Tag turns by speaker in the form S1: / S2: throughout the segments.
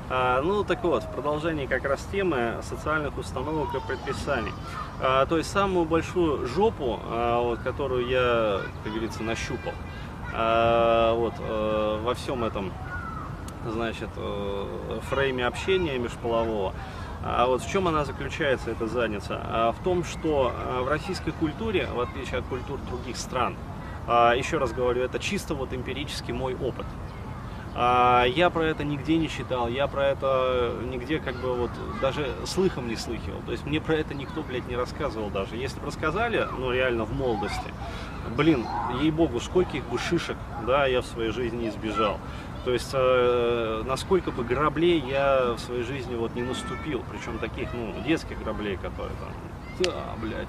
S1: Ну так вот, в продолжении как раз темы социальных установок и предписаний. То есть самую большую жопу, вот, которую я, как говорится, нащупал вот, во всем этом, значит, фрейме общения межполового. А вот в чем она заключается, эта задница? В том, что в российской культуре, в отличие от культур других стран, еще раз говорю, это чисто вот эмпирический мой опыт. Я про это нигде не читал, я про это нигде как бы вот даже слыхом не слыхивал. То есть мне про это никто, блядь, не рассказывал даже. Если бы рассказали, ну реально в молодости, блин, ей-богу, скольких бы шишек, да, я в своей жизни избежал. То есть насколько бы граблей я в своей жизни вот не наступил, причем таких, ну, детских граблей, которые там, да, блядь,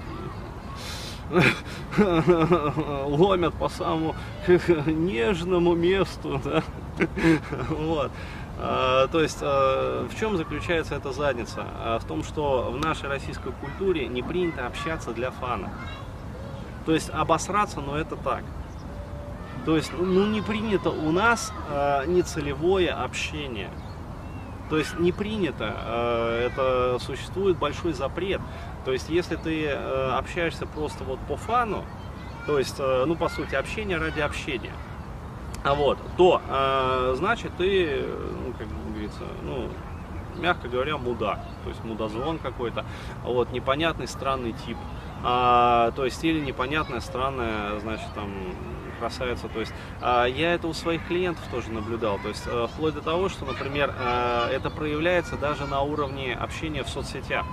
S1: ломят по самому нежному месту, да? Вот. То есть в чем заключается эта задница? В том, что в нашей российской культуре не принято общаться для фана. То есть обосраться, но это так. То есть, ну, не принято у нас нецелевое общение. То есть не принято, это существует большой запрет. То есть если ты общаешься просто вот по фану, то есть, ну, по сути, общение ради общения, вот, то, значит, ты, ну, как говорится, ну, мягко говоря, мудак, то есть мудозвон какой-то, вот, непонятный странный тип, то есть, или непонятная странная, значит, там, красавица. То есть я это у своих клиентов тоже наблюдал, то есть вплоть до того, что, например, это проявляется даже на уровне общения в соцсетях.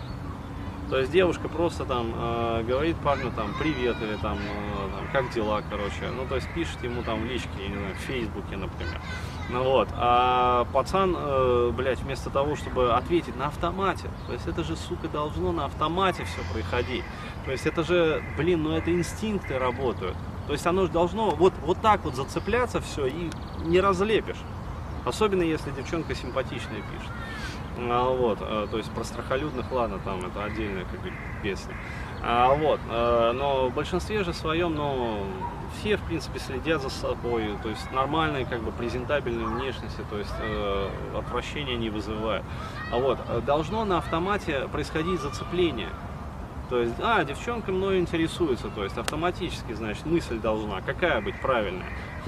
S1: То есть девушка просто там говорит парню там привет или там как дела, короче, ну то есть пишет ему там в личке, я не знаю, в Фейсбуке, например. Ну вот, а пацан, блядь, вместо того, чтобы ответить на автомате, то есть это же, сука, должно на автомате все происходить. То есть это же, блин, ну это инстинкты работают. То есть оно же должно вот так вот зацепляться все и не разлепишь. Особенно если девчонка симпатичная пишет. Вот, то есть про страхолюдных, ладно, там это отдельная как бы песня. Вот, но в большинстве же своем, ну, все, в принципе, следят за собой, то есть нормальной, как бы, презентабельной внешности, то есть отвращения не вызывает. Вот, должно на автомате происходить зацепление. То есть, девчонка мной интересуется, то есть автоматически, значит, мысль должна, какая быть правильная?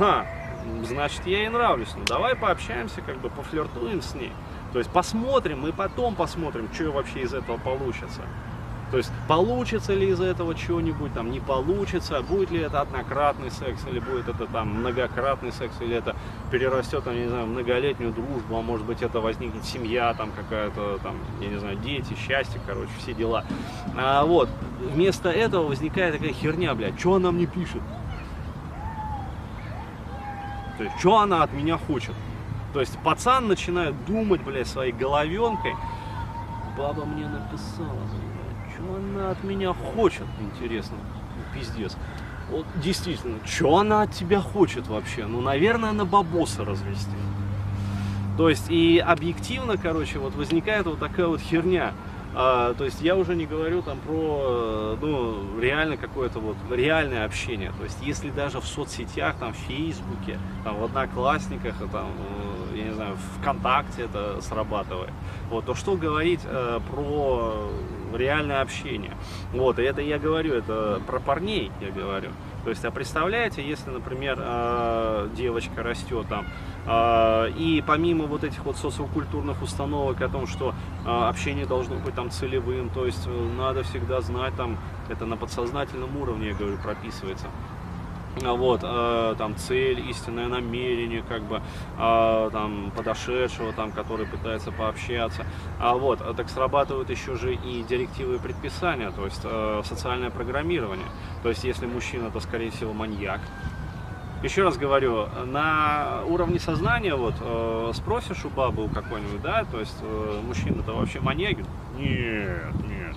S1: Значит, я ей нравлюсь, ну давай пообщаемся, как бы пофлиртуем с ней. То есть посмотрим, и потом посмотрим, что вообще из этого получится. То есть получится ли из этого чего-нибудь, там не получится, будет ли это однократный секс, или будет это там многократный секс, или это перерастет, там, я не знаю, многолетнюю дружбу, а может быть это возникнет семья, там какая-то, там, я не знаю, дети, счастье, короче, все дела. Вот, вместо этого возникает такая херня, блядь, что она мне пишет? То есть, что она от меня хочет? То есть пацан начинает думать, блядь, своей головенкой, баба мне написала, блядь, что она от меня хочет, интересно, пиздец. Вот действительно, что она от тебя хочет вообще? Ну, наверное, на бабоса развести. То есть и объективно, короче, вот возникает вот такая вот херня. То есть я уже не говорю там про, ну, реально какое-то вот реальное общение. То есть если даже в соцсетях, там в Фейсбуке, там в Одноклассниках, там, я не знаю, ВКонтакте это срабатывает, вот, то что говорить про реальное общение? Вот, и это я говорю, это про парней я говорю. То есть, а представляете, если, например, девочка растет там, и помимо вот этих вот социокультурных установок о том, что общение должно быть там целевым, то есть надо всегда знать, там, это на подсознательном уровне, я говорю, прописывается. Вот, там цель, истинное намерение, как бы, там, подошедшего, там, который пытается пообщаться. Вот, так срабатывают еще же и директивы и предписания, то есть социальное программирование. То есть если мужчина, то, скорее всего, маньяк. Еще раз говорю, на уровне сознания, вот, спросишь у бабы у какой-нибудь, да, то есть мужчина-то вообще маньяк? Нет.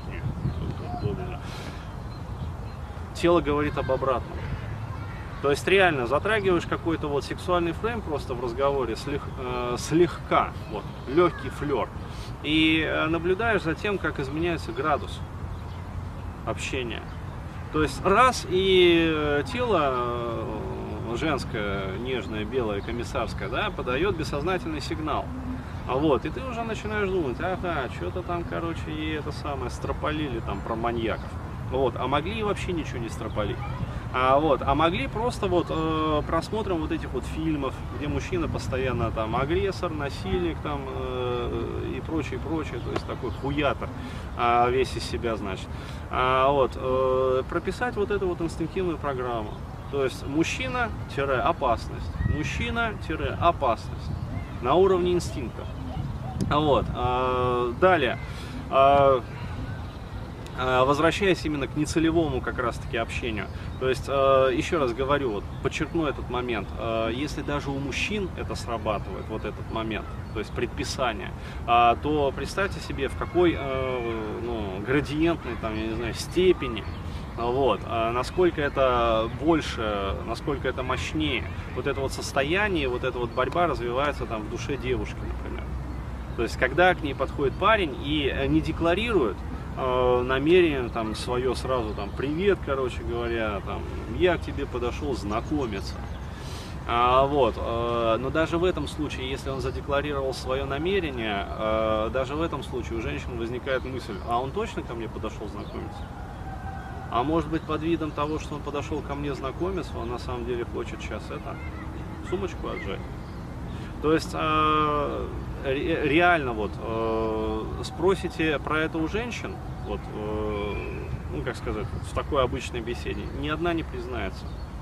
S1: Тело говорит об обратном. То есть реально затрагиваешь какой-то вот сексуальный фрейм просто в разговоре слегка, вот, легкий флер, и наблюдаешь за тем, как изменяется градус общения. То есть раз, и тело женское, нежное, белое, комиссарское, да, подает бессознательный сигнал. Вот, и ты уже начинаешь думать, ага, что-то там, короче, и это самое, строполили там про маньяков. Вот, а могли вообще ничего не строполить. А могли просто вот просмотром вот этих вот фильмов, где мужчина постоянно там агрессор, насильник там и прочее, прочее, то есть такой хуятор весь из себя, значит. Прописать вот эту вот инстинктивную программу. То есть мужчина-опасность, мужчина-опасность на уровне инстинкта. Далее. Возвращаясь именно к нецелевому как раз таки общению, то есть еще раз говорю, вот, подчеркну этот момент, если даже у мужчин это срабатывает, вот этот момент, то есть предписание, то представьте себе, в какой градиентной там, я не знаю, степени, насколько это больше, насколько это мощнее, вот это вот состояние, вот эта вот борьба развивается там в душе девушки, например. То есть когда к ней подходит парень и не декларирует намерение там свое сразу там привет, короче говоря, там я к тебе подошел знакомиться. Но даже в этом случае, если он задекларировал свое намерение, даже в этом случае у женщин возникает мысль, а он точно ко мне подошел знакомиться? А может быть, под видом того, что он подошел ко мне знакомиться, он на самом деле хочет сейчас сумочку отжать. То есть реально спросите про это у женщин, как сказать, в такой обычной беседе, ни одна не признается.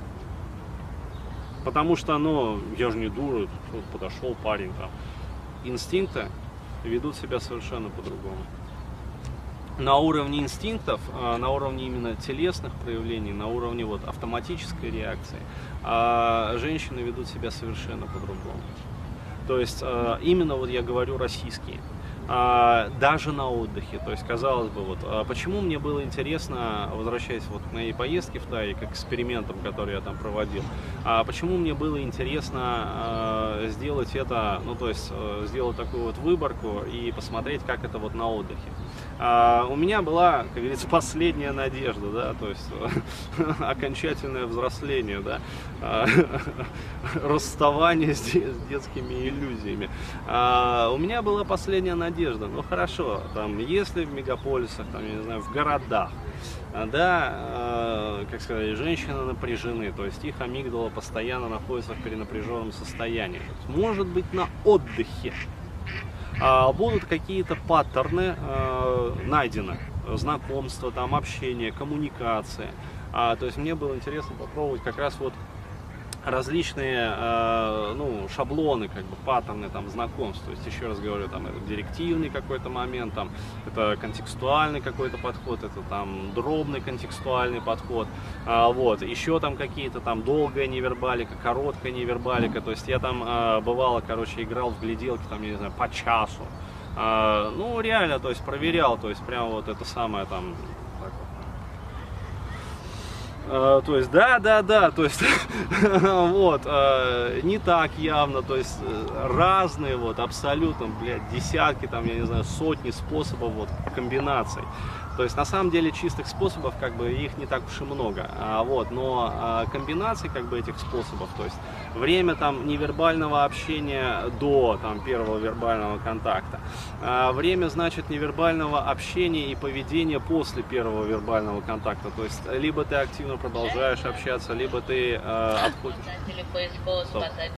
S1: Потому что, я же не дура, подошел парень там. Инстинкты ведут себя совершенно по-другому. На уровне инстинктов, на уровне именно телесных проявлений, на уровне автоматической реакции, женщины ведут себя совершенно по-другому. То есть именно я говорю российские, даже на отдыхе. То есть казалось бы, почему мне было интересно, возвращаясь к моей поездке в Тай, к экспериментам, которые я там проводил, почему мне было интересно сделать это, сделать такую выборку и посмотреть, как это на отдыхе. У меня была, как говорится, последняя надежда, да, то есть окончательное взросление, да, расставание с детскими иллюзиями. У меня была последняя надежда, хорошо, там, если в мегаполисах, там, я не знаю, в городах, да, как сказать, женщины напряжены, то есть их амигдала постоянно находится в перенапряженном состоянии. Может быть, на отдыхе будут какие-то паттерны найдены, знакомства, там, общение, коммуникация. То есть мне было интересно попробовать как раз различные шаблоны, паттерны там знакомств. То есть, еще раз говорю, там это директивный какой-то момент, там это контекстуальный какой-то подход, это там дробный контекстуальный подход, еще там какие-то там долгая невербалика, короткая невербалика. То есть я там бывало, играл в гляделки, там, я не знаю, по часу. Реально, то есть проверял, то есть прямо это самое там. То есть, да, то есть, не так явно, то есть, разные, абсолютно, десятки, там, я не знаю, сотни способов, комбинаций. То есть, на самом деле, чистых способов, их не так уж и много, но комбинаций, этих способов, то есть, время, там, невербального общения до, там, первого вербального контакта, время, значит, невербального общения и поведения после первого вербального контакта, то есть, либо ты активно продолжаешь общаться, либо ты отходишь.